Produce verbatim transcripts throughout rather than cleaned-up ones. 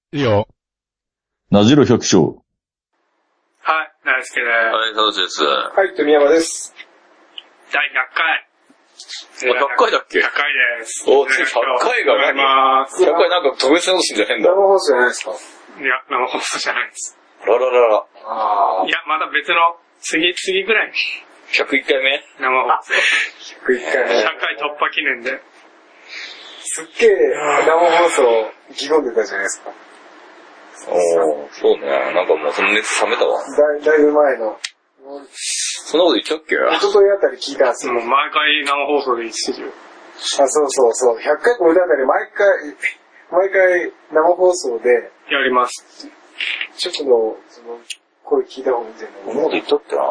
いいよ。 なじろ百姓。 はい、大輔です。 はい、楽しいです。ははい、富山です。 だいひゃっかい。 ひゃっかいだっけ ?ひゃっひゃっかいです。 お、ひゃっかいが何 ?ひゃっ 回なんか特別なことすんじゃねえんだ。 生放送じゃないですか？ いや、生放送じゃないです。 らららら。 あいや、まだ別の、次、次ぐらいに。 ひゃくいっかいめ生放送。 ひゃくいっかいめ。 ひゃっかい突破記念で。 すっげえ生放送意気込んでたじゃないですか。 おー、そうね。なんかもうその熱冷めたわ。 だい、だいぶ前の。 そんなこと言っちゃっけ一昨日あたり聞いたんですよ。 もう毎回生放送で言ってるよ。 あ、そうそうそう。ひゃっかい超えたあたり毎回、毎回生放送で、 やりますって。 ちょっとの、その、声聞いた方がいいんじゃないそんなこと言っちゃったな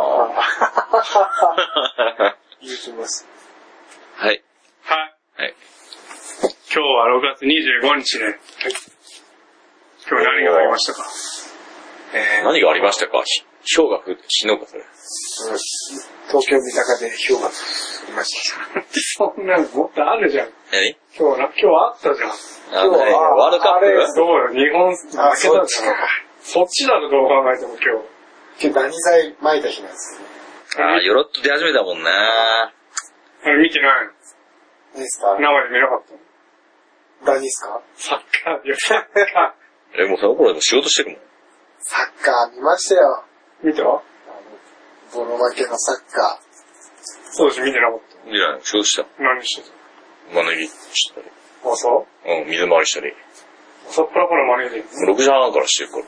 言うてます。 はい。 はい。 はい。 今日はろくがつにじゅうごにちで、はい、今日何がありましたか？ えー、 何がありましたか？ひ氷が降って、昨日かそれ。 東京三鷹で氷が降りました。 そんなのもっとあるじゃん。 何今日な、今日あったじゃん。 あのね、ワールドカップそうよ、日本負けたじゃん。そっちだとどう考えても今日。 今日何剤撒いた日なんですね。 ああ、よろっと出始めたもんな。 あれ見てないいいですか？ 生で見なかったの？ 何ですか？ サッカー、いや、サッカえ、もうその頃でも仕事してるもん。 サッカー見ましたよ。 ー。見た？ ボロ負けのサッカー。 そうです、見てなかった。 いや、仕事した。 何してた？ マネギしたり。 朝？ うん、水回りしたり。 朝っぱらからマネージャー。 ろくじはんからしてるから。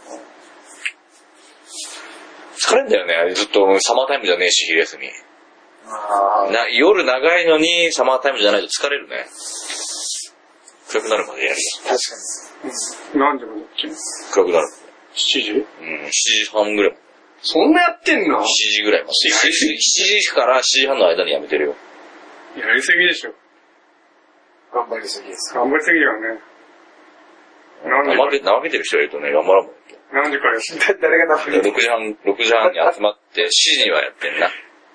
疲れんだよね、ずっとサマータイムじゃねえし、昼休み。 あな夜長いのにサマータイムじゃないと疲れるね。暗くなるまでやるよ。 確かうん。何時までやってんの？ 暗くなる。 しちじ？ うん、しちじはんぐらい。 そんなやってんの？ しちじぐらいまで。しちじからしちじはんの間にやめてるよ。 やりすぎでしょ。 に。頑張りすぎです。 頑張りすぎだよね。何時怠け、怠けてる人がいるとね、頑張らんもん。 何時からやってんの？ 誰が何分ろくじはん、ろくじはんに集まって、しちじにはやってんな。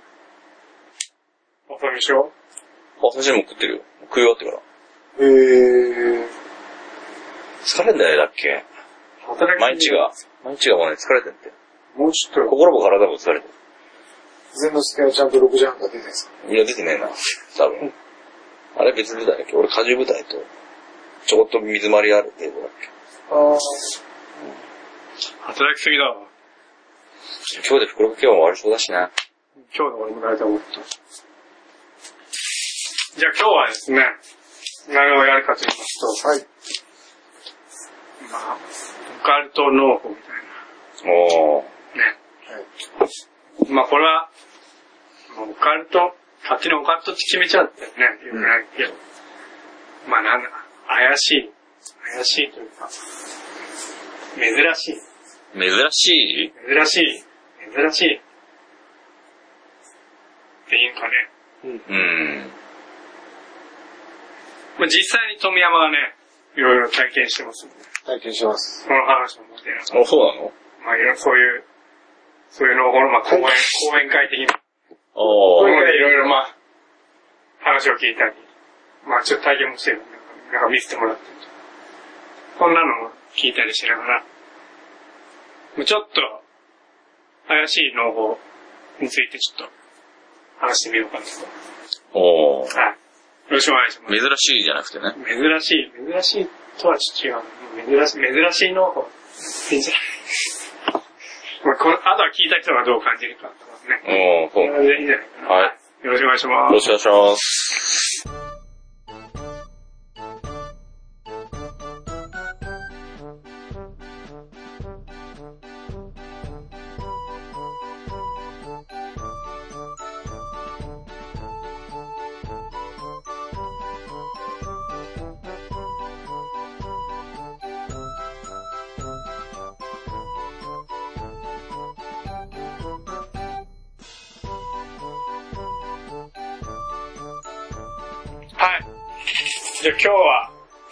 朝飯を？ 朝飯も食ってるよ。食い終わってから。 へー。 疲れんだよね、だっけ。 働き毎日が、毎日がもうね、疲れてんって。 もうちょっと。 心も体も疲れてる。 全の助はちゃんとろくじはんから出てるんですか？ いや、出てねえな。多分。あれ別舞台だっけ？俺、荷重舞台と、ちょこっと水回りある程度だっけ。 あー。 働きすぎだわ。 今日で袋かけは終わりそうだしな。 今日の俺も大体思った。じゃあ今日はですね、何をやるかと言いますと、 はい。 まあ、オカルト農法みたいおー。 な。ね。まあこれは、もうオカルト、勝手にオカルトって決めちゃったよね。よくないけど。まあなんだ、怪しい。怪しいというか、珍しい。 珍しい珍しい。珍しい。っていうかね。 うん。 まあ、実際に富山がね、いろいろ体験してますんで。 体験します。 この話も持ってる。 あ、そうなの？ まあ、いろそういう、そういうのを、まあ、講演、講演会的な。 おー。 そういうのでいろいろまあ、話を聞いたり、まあ、ちょっと体験もしてる。なんか見せてもらってる。こんなのも聞いたりしながら、ちょっと、怪しい農法についてちょっと、話してみようかなと。 おー。 はい。よろしくお願いします。 珍しいじゃなくてね。 珍しい。珍しいとはちょっと違う。珍しい、珍しい農法。いいんじゃないまあ、この、あとは聞いた人がどう感じるかとかね。 おー、そう。 それでいいんじゃないかな。 はい。 よろしくお願いします。 よろしくお願いします。 はい。じゃあ今日は、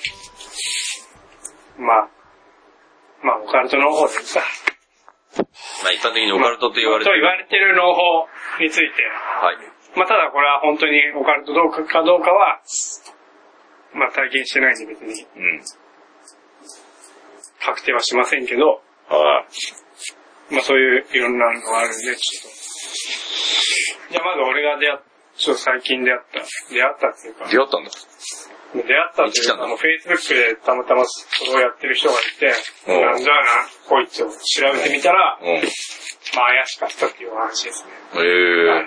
まあ、まあ、オカルト農法ですか。 まあ一般的にオカルトと言われてる。 と言われてる農法について。 はい。 まあ、ただこれは本当にオカルトどうかかどうかは、まあ体験してないんで別に。 うん。 確定はしませんけど、 はい。 まあそういういろんなのがあるんで、ちょっと。じゃあまず俺が出会っ、ちょっと最近出会った、出会ったっていうか。 出会ったんだ。 出会ったっていうか、もう Facebook でたまたまそれをやってる人がいて、うん、なんじゃあな、こいつを調べてみたら、うん、まあ怪しかったっていう話ですね。 へー。はい、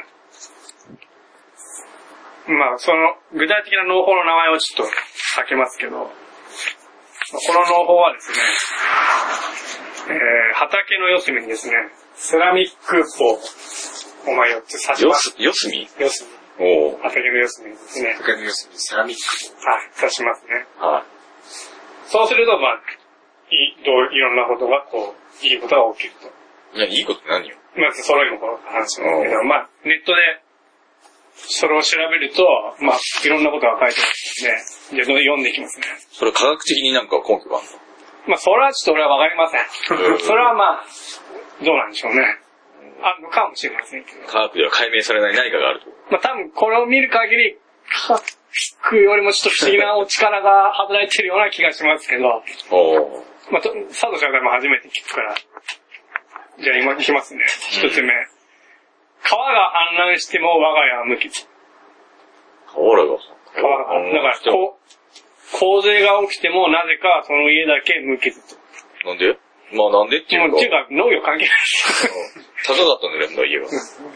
まあその具体的な農法の名前をちょっと避けますけど、この農法はですね、えー、畑の四隅にですね、セラミック棒をまあよっつ刺します。 四隅四隅。 お畑の四隅にですね。 畑の四隅にセラミック。 はい、刺しますね。 はい。 そうすると、まあ、い、どう、いろんなことが、こう、いいことが起きると。 いや、いいことって何よ。 まず、揃いもこの話なんですけど、まあ、ネットで、それを調べると、まあ、いろんなことが書いてますので、じゃあ、読んでいきますね。 それ科学的になんか根拠があるの？ まあ、それはちょっと俺はわかりません。それはまあ、どうなんでしょうね。あるのかもしれませんけど。 科学では解明されない何かがあると。 まあ多分これを見る限り、科学よりもちょっと不思議なお力が働いてるような気がしますけど。 おまあ、佐藤さんも初めて聞くから。じゃあ今聞きますね。一つ目。川が氾濫しても我が家は無傷。 川が川が氾濫。だからこう、洪水が起きてもなぜかその家だけ無傷と。 なんで？まあなんでっていうか。 もうっていうか農業関係ない。 高かったんだよね、家が。い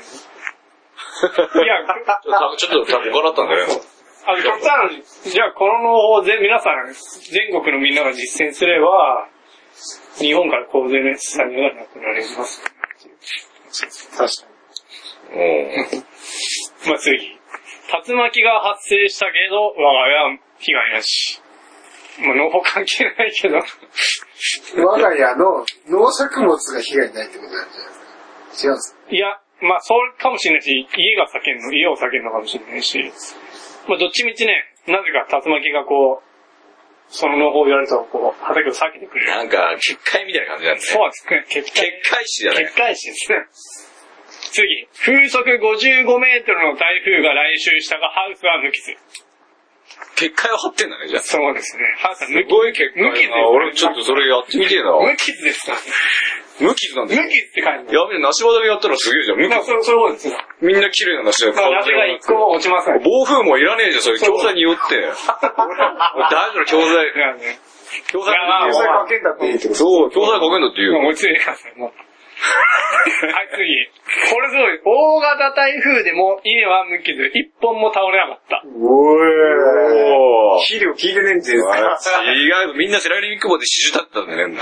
や、 ちょっと高かったんだよね。 あの、極端な、じゃあこの農法をぜ皆さん、全国のみんなが実践すれば、日本から洪水の災害がなくなります。 確かに。 うん。 まあ次。竜巻が発生したけど、我が家は被害なし。まあ農法関係ないけど。 我が家の農作物が被害ないってことなんじゃないですか。違うんですか？ いや、まあそうかもしれないし、家が避けるの、家を避けるのかもしれないし。まあどっちみちね、なぜか竜巻がこう、その農法をやると、こう、畑を避けてくれる。 なんか、結界みたいな感じなんですね。 そうですね。結界。 結界師じゃない。 結界師ですね。次。風速ごじゅうごメートルの台風が来襲したが、ハウスは無傷。 結界を張ってんだね、じゃあ。 そうですね。ハウスは無傷。 すごい結界。無傷です、ね。俺ちょっとそれやってみてえな。 無傷ですか？ 無傷なんです無傷って書いてある。 やべえ、梨畑やったらすげえじゃん。無傷。 そう、そうですよ。 みんな綺麗な梨畑。 梨が一個も落ちません。 暴風もいらねえじゃん、それ。教材によって。大丈夫、教材。教材かけんだっていいってこと？ そう、教材かけんだって言う。 もう落ち着いてください、もう。はい、次。これすごい。大型台風でも稲は無傷。一本も倒れなかった。 おー。 おー。 肥料効いてねえんじゃないですか。 違う、みんなセラミック棒で支柱立ってたんだよね、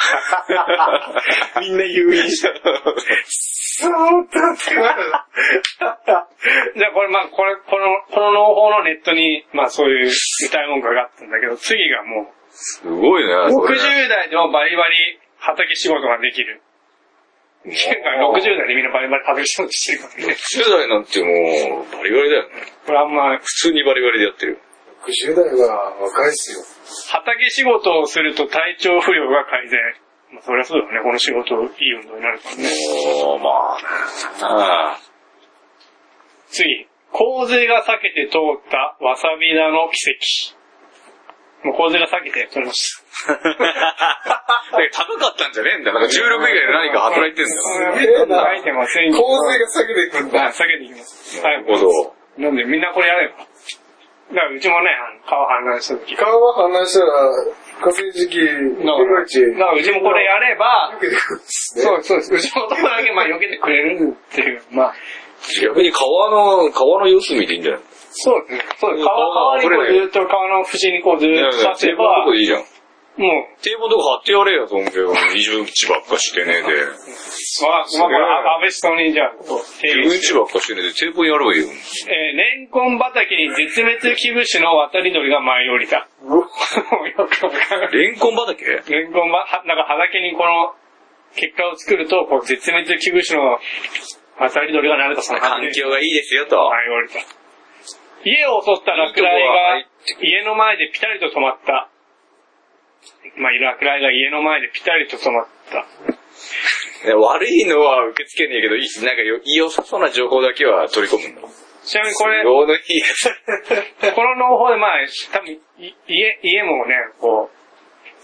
みんな誘引した。そうだって。 じゃあこれ、まあこれ、この、この農法のネットに、まあそういう歌い文句があったんだけど、次がもう、 すごいね。 ろくじゅう代でもバリバリ畑仕事ができる。ろくじゅう代でみんなバリバリ畑仕事してるからね。 ろくじゅう代なんてもう、バリバリだよね。 これあんま、 普通にバリバリでやってる。 ろくじゅう代は若いっすよ。 畑仕事をすると体調不良が改善。まあそりゃそうだよね。この仕事、いい運動になるからね。 おー、まあ、ああ。 次。洪水が避けて通ったわさび田の奇跡。もう洪水が避けて取れました。 高かったんじゃねえんだよ。なんかじゅうろく以外で何か働いてんだよ。 すげえな。 書いてますね。 洪水が避けていくんだ。 はい、避けていきます。 なるほど。 なんでみんなこれやれば。だからうちもね、川氾濫した時。 川が氾濫したら、河川敷、世界一。 だからうちもこれやれば、 避けていくんですね。 そうそうです。うちの男だけまあ避けてくれるっていう。まあ。 逆に川の、川の四隅でいいんじゃない？ そうですね。そうです。川、川にこうずっと川の縁にこうずっと刺せば、 いいじゃん。 もう。 堤防とか張ってやれよ、そんけど。二重打ちばっかしてねえで。 まあ、まあ、これ、安倍首相にじゃあ、こう、 提言して。二重打ちばっかしてねえで、堤防やればいいよ。 えー、レンコン畑に絶滅危惧種の渡り鳥が舞い降りた。よくわかる。 レンコン畑？ レンコンば、なんか畑にこの、結果を作ると、こう、絶滅危惧種の渡り鳥がなるとその環境がいいですよと。 舞い降りた。家を襲った落雷が家の前でピタリと止まった。まあ、落雷が家の前でピタリと止まった。 悪いのは受け付けねえけど、なんか良さそうな情報だけは取り込むんだ。 ちなみにこれ、 都合のいいこの農法でまあ、多分家、家もね、こう、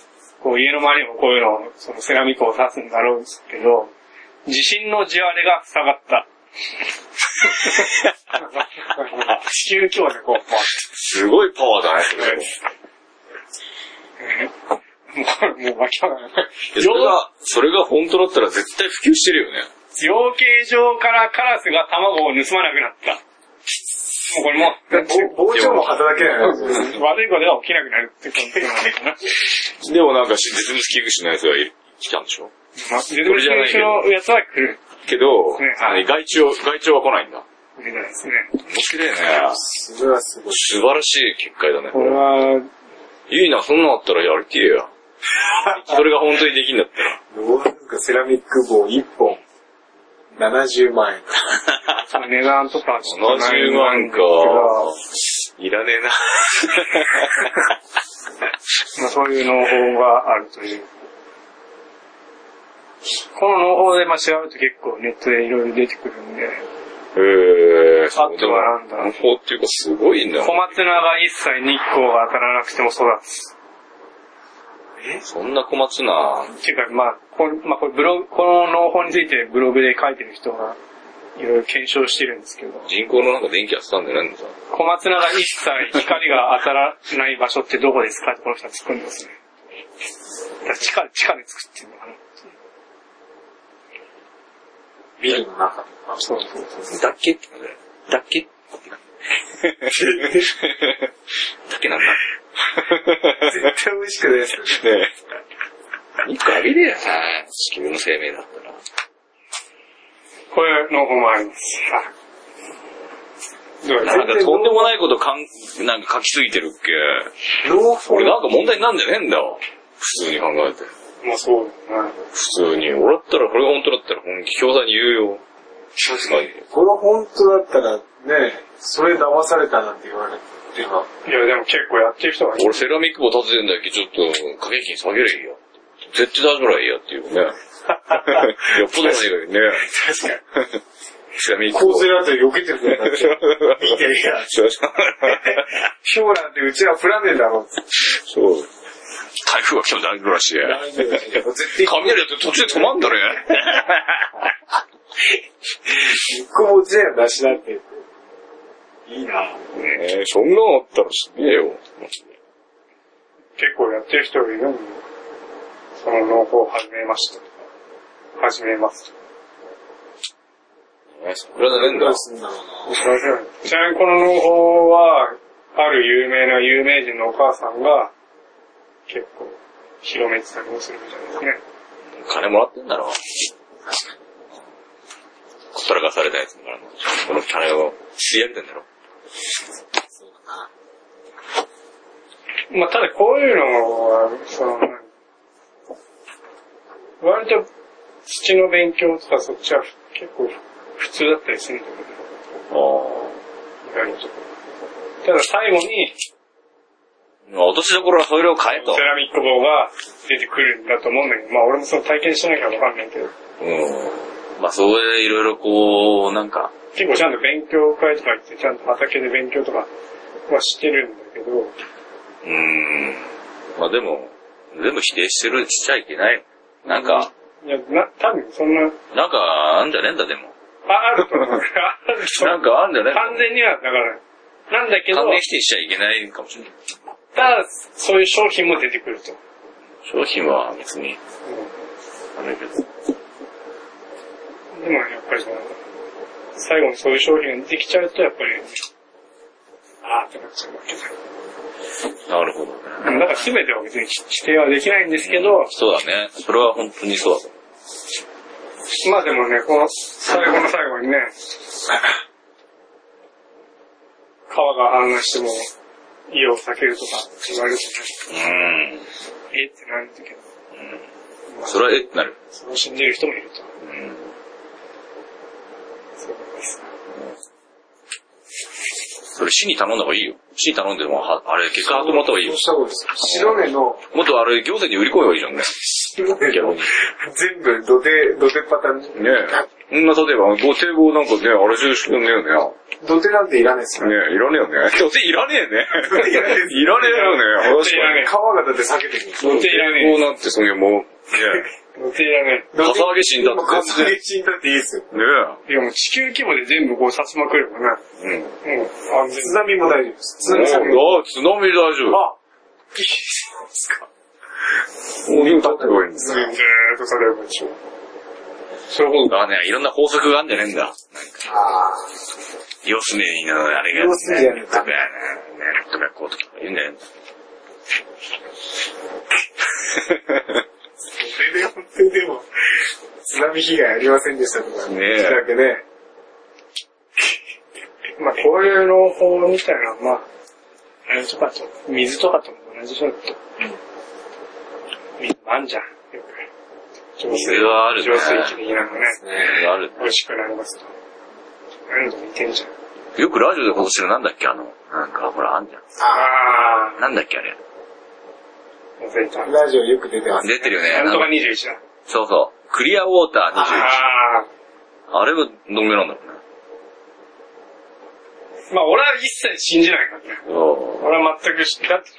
こう家の周りにもこういうのを、そのセラミックを刺すんだろうけど、地震の地割れが塞がった。地球強でこう、 すごいパワーだね、それ。 もうわけわかんない。 それが、それが本当だったら絶対普及してるよね。 養鶏場からカラスが卵を盗まなくなった。もうこれもう、膨張も働けないな。 悪いことが起きなくなるってことなのかな。 でもなんか絶滅危惧種のやつが来たんでしょ。 まあ、絶滅危惧種のやつは来る。 けど、 ね、 害虫、害虫は来ないんだ。 来ないですね。 面白いね。 それはすごい。 素晴らしい結界だね。 これは、 いいな、そんなのあったらやりてえや。それが本当にできんだったら。 なんかセラミック棒いっぽん、ななじゅうまんえん。 値段とかちょっとななじゅうまんか。いらねえな。 まあそういう農法があるという。この農法でまあ調べると結構ネットでいろいろ出てくるんで。 へー。 あとはなんだ。 農法っていうかすごいな。 小松菜が一切日光が当たらなくても育つ。 えそんな小松菜っていうか、まあ、これ、まあ、これブログ、この農法についてブログで書いてる人がいろいろ検証してるんですけど。 人工のなんか電気やってたんじゃないのさ。 小松菜が一切光が当たらない場所ってどこですかってこの人は突っ込んでますね。だから地下、地下で作ってるのかな。 ビルの中。 そうそうそう。 だっけってだっけだけなんだ。 絶対美味しくないですよね。 ねえ。一個あげれやさ、地球の生命だったら。 こういう農法もあります。どうですか？ なんかとんでもないことかん、なんか書きすぎてるっけ。 農法俺なんか問題になんじゃねえんだよ。普通に考えて。 まあそうだね。 普通に。俺だったら、これが本当だったら、本気教材に言うよ。 確かに。これ本当だったら、ね、それ騙されたなんて言われては。 いやでも結構やってる人がいる。 俺セラミック棒立ててんだけど、ちょっと、掛け金下げれいいよ。絶対出してもらえいいやっていうね。よっぽどないがいいね。 確かに。 セラミック棒。 洪水だと避けてくれなって。見てるやん。 そうそう。 ひょうなんてうちは降らねえだろう。 そう。台風が来たんじゃないらしい。 絶対。 雷だって途中で止まんだね。 一個もちやなしだって。いいな。 ねえ、そんなのあったらすげえよ。 結構やってる人がいるんで、その農法を始めましたとか、始めますとか。 え、それはねんだ。 すんだろうな。 ちなみにこの農法は、ある有名な有名人のお母さんが、結構、広めてたりもするみたいですね。 金もらってんだろ。確かに。ほったらかされたやつだから、この金を吸い上げてんだろ。 そうだな。 まあ、ただこういうのは、その、割と土の勉強とかそっちは結構普通だったりするんだけど。ああ。意外と。ただ最後に、 落としどころはそれを変えと。 セラミック棒が出てくるんだと思うんだけど、まあ俺もその体験しなきゃわかんないけど。 うん。まあそれでいろいろこう、なんか。 結構ちゃんと勉強会とか行って、ちゃんと畑で勉強とかはしてるんだけど。 うーん。まあでも、全部否定してる、しちゃいけない。なんか。 いや、な、多分そんな。 なんか、あんじゃねえんだでも。 あ、あると思う。あるとなんかあんじゃねえんだ。 完全には、だから、なんだけど。 完全否定しちゃいけないかもしれない。 ただ、そういう商品も出てくると。 商品は別に、あれけど。 でもやっぱりその、最後にそういう商品ができちゃうと、やっぱり、あーってなっちゃうわけだ。 なるほどね。 だから全ては別に否定はできないんですけど、 うん、そうだね。それは本当にそうだ。 まあでもね、この最後の最後にね、川が氾濫しても家を避けるとか言われるとね、うん、えってなるんだけど、 うんまあ、それはえってなる。 それを信じる人もいると。 うん、 そうです。 それ市に頼んだ方がいいよ。市に頼んでも、あれ、結果後もらった方がいいよ。 白根の、 もっとあれ、行政に売り込めばいいじゃんね。 白根の、全部土手、土手パターン。 ねえ。 そんな、例えば、ご堤防なんかね、あれ中してくんねえよね。 土手なんていらないですよねね。 いらねえよね。土手いらねえね。いらねえいらねえよね。 土手いらねえ。 川がだって避けてるんですよ。 土手いらねこうなって、それもう、ね土手いらねかさ上げ死んだってかさ上げ死んだっていいですよ。 え。ねえ。いやもう地球規模で全部こうさつまくればな。 え。うん。 もう安全。 津波も大丈夫です。津波ああ、津波大丈夫。 あ、いいですか。 もう、立ってこいんだ。 ずーっとされるでしょ。そういうことだからね、いろんな法則があるんじゃねえんだ。 ああ。 四隅のあれが、 四隅じゃねえとか、ね、とかこうとか言うんじゃねえんだ。 それで本当にでも、津波被害ありませんでしたとか、 ねえだけね。 まあこういう農法みたいなのは、まあ、あれとかと、水とかとも同じそうだと。水もあんじゃん。よく。 水はあるね。 浄水器的なのね。 水はある。 美味しくなりますと。あれのと似てんじゃん。 よくラジオで放送してるなんだっけあの、なんかほらあんじゃん。 あなんだっけあれ。 ー、忘れた。 ラジオよく出てます。 出てるよね。 なんとかにじゅういちだ。 そうそう。クリアウォーターにじゅういち。 ああれはどんぐらいなんだろうね。 ー。まあ俺は一切信じないからね。俺は全く知って、だって、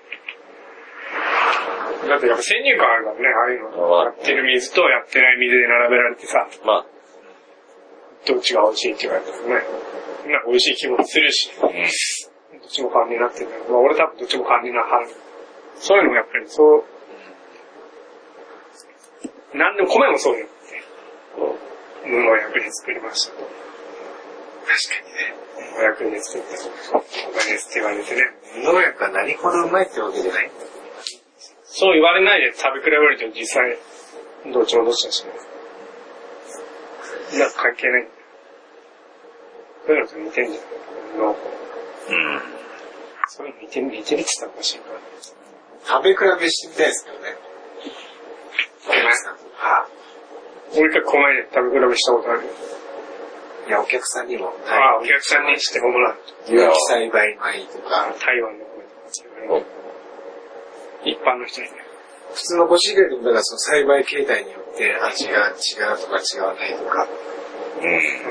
だってやっぱ先入観あるからね、ああいうの。やってる水とやってない水で並べられてさ、 まあ、 どっちが美味しいって言われたらね、なんか美味しい気もするし、どっちも管理になってるんだけど、まあ俺多分どっちも管理なはず。そういうのもやっぱりそう、なんでも米もそうよって、無農薬で作りましたと。確かにね。無薬で作ったお金ですって言われてね。 無農薬が何ほどうまいってわけじゃないんだ。 そう言われないで食べ比べると実際、どっちもどっちだしね。なんか関係ないんだよ。そういうのと似てんじゃん。農法。 うん。 そういうの似てる、似てるって言ったらおかしいから。 食べ比べしてみたいですけどね。食べますか？は俺一回この前で食べ比べしたことあるよ。 いや、お客さんにも。 ああ、お客さんにしてもらう。 有機栽培米とか。 台湾の米とか。一般の人にね。 普通のコシヒカリでもだからその栽培形態によって味が違うとか違わないとか。 うん。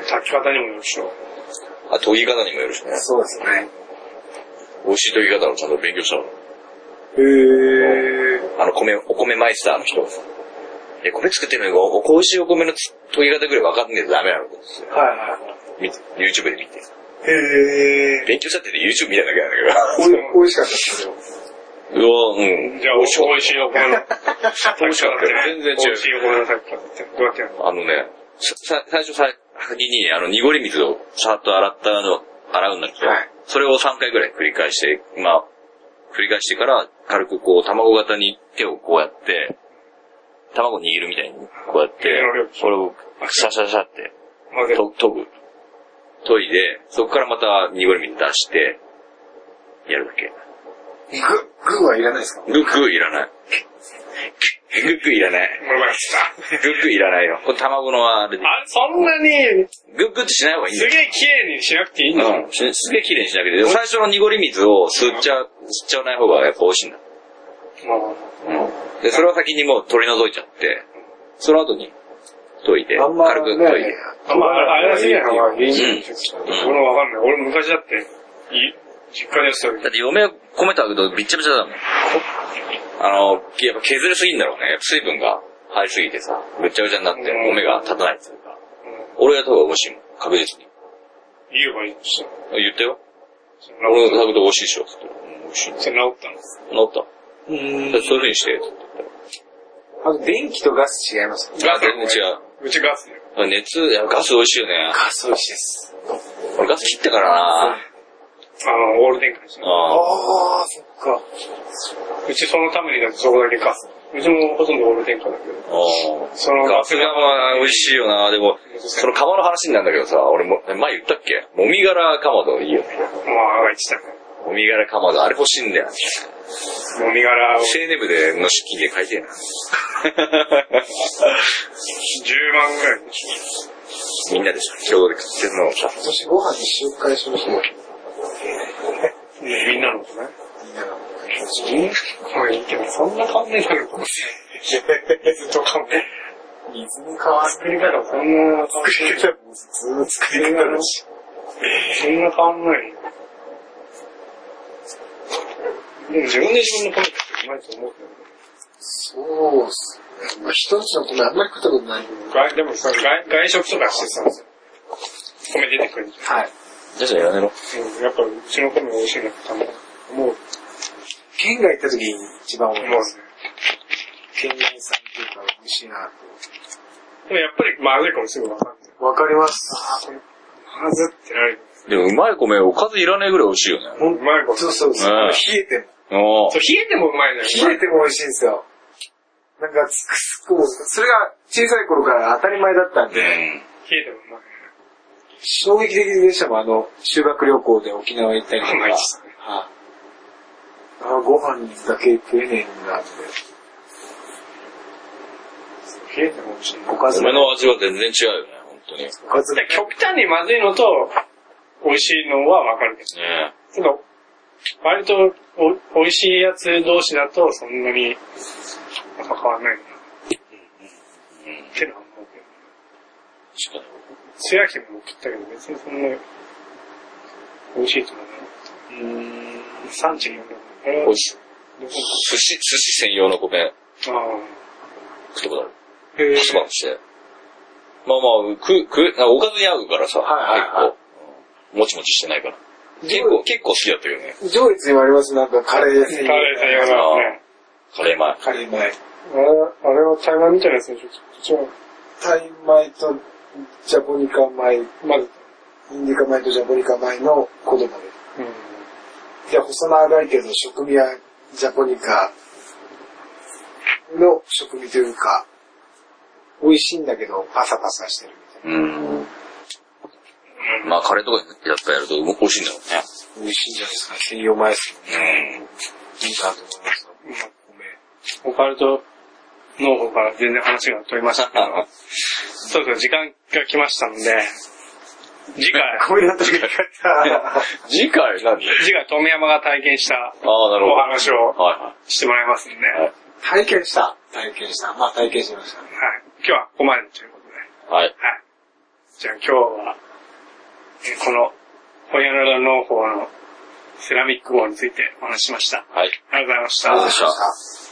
炊き方にもよるでしょ。 あ、研ぎ方にもよるしね。 そうですね。 美味しい研ぎ方をちゃんと勉強したの。 へー。 あの米、お米マイスターの人。え、米作ってるのに、お、美味しいお米の研ぎ方ぐらい分かんねえとダメなのですよ。 はいはいはい。 YouTube で見て。 へー。 勉強したってね、YouTube 見ただけなんだけど。 おい、美味しかったですけど。 うわ、うん。 じゃあ、美味しいお米の美味しかったよ。全然違う。 美味しいお米の炊き方ってどうやってやるの？ あのね、さ、最初さ、先に、あの、濁り水をさっと洗ったの、洗うんだけど、 はい、 それをさんかいぐらい繰り返して、まあ、繰り返してから、軽くこう、卵型に手をこうやって、卵握るみたいに、こうやって、これをシャシャシャって、と、研ぐ。研いで、そこからまた濁り水出して、やるだけ。 グ、グはいらないですか？ グッグいらない。グッグいらない。 ごめんなさい。 グッグいらないよ。これ卵のあれで。 あれ、そんなに、 グッグってしない方がいいんだよ。 すげえ綺麗にしなくていいんだよ。 うん。すげえ綺麗にしなくて。最初の濁り水を吸っちゃう、吸っちゃわない方がやっぱ美味しいんだ。うん。で、それを先にもう取り除いちゃって、その後に研いで、軽く研いで。 あんま、あれはすぎない方がいいんじゃない？ うん俺もわかんない。俺昔だって、い実家でやってたけど。 だって嫁米炊くとびっちゃびちゃだもん。あの、やっぱ削りすぎんだろうね。水分が入りすぎてさ、ぐっちゃぐちゃになって、米が立たないっていうか。俺がやった方が美味しいもん。確実に。 言えばいいんですよ。 言ったよ。俺が炊くと美味しいでしょ。美味しい。 それ治ったの？ 治った。そういう風にして、 あと、電気とガス違いますか？ あ、全然違う。 うちガスだよ。 熱、いや、ガス美味しいよね。 ガス美味しいです。 俺ガス切ったからなあの、オール電化ですね。 ああー、そっか。 うちそのためにだってそこだけガス。うちもほとんどオール電化だけど。 あ。 そのガス釜美味しいよな。でも、その釜の話になるんだけどさ、俺も、前言ったっけ？もみ殻かまどいいよね。 まあ、言ってたね。 もみ殻かまど、あれ欲しいんだよ。 もみ殻を。 青年部での資金で買いてえな。 じゅうまんぐらいでしみんなでしょ。共同で買ってんのをさ。 今年ご飯に塩返しました。 ょ。ね、みんなのとね。 みんなの。 まあいいけど、そんな変わんないだろうと思って。水とかも。 水に変わ作り方そんな、 作り方も普通の作り方だし。 そんな変わんないよ。でも自分で自分の米ってうまいと思うけど。 そうっすね。まあ一つの米あんまり食ったことないけど。 外でもさ、外外食とかしてさ、米出てくるじゃん。 はい。 じゃあじゃあやらねろ。 うん、やっぱうちの米美味しいなって思う。 県外行った時に一番思い思うねます。。県民さんっていうか美味しいなと。 でもやっぱりまずいかもすぐわかる。 わかります。 あ、これ、まずってなる。 でもうまい米おかずいらねえぐらい美味しいよね。 うまいこと。 そうそうそう。 うん冷えておそう、冷えてもうまいのよ。 も。冷えても美味しいんですよ。なんかつくすくも、それが小さい頃から当たり前だったんで、 うん。 冷えてもうまい。 衝撃的でしたもん、あの、修学旅行で沖縄行ったりとか。 うまいですねはいあご飯だけ食えねえんだって。 冷えても美味しい。 おかず米の味は全然違うよね、本当に。 おかずで極端にまずいのと、美味しいのはわかるけど。 ねけど、割とお美味しいやつ同士だとそんなになんか変わんないかな。ってのは思うけど。 確かに。 素焼きも食ったけど別にそんな美味しいと思うな。 うーん。 産地による。 美味しい。寿司、寿司専用の米ああ。 食ったことある。 へえ。 パスパスして。まあまあ、食う、食う、なんかおかずに合うからさ、 はいはいはい結構、もちもちしてないから。結構、結構好きだったけどね。 上越にもありますなんかカレー専用。 カレー専用だね。 カレー前。 カレー米。 あれ、あれは台湾みたいなやつでしょちょっタイ米とジャポニカ米、 と、まず、 インディカ米とジャポニカ米の子供で。 うん。 で、細長いけど食味はジャポニカの食味というか、美味しいんだけどパサパサしてるみたいな。 うん。まあ、カレーとかやっぱやると美味しいんだろうね。 美味しいんじゃないですか。専用米ですもんね。 うん。 いいかと思いますよ。 オカルトの方から全然話が飛びましたけど、そうそう、時間が来ましたので、次回、 ごめんなさい。 次回何次回、富山が体験したああ、なるほど。 お話をはいはしてもらいますんで、はい。 はい体験した。体験した。まあ体験しました。 今日はここまでということで、 い。はい。 はい。じゃあ今日は、えーこの、ホニャララ農法のセラミック号についてお話ししました。 はい。 ありがとうございました。 ありがとうございました。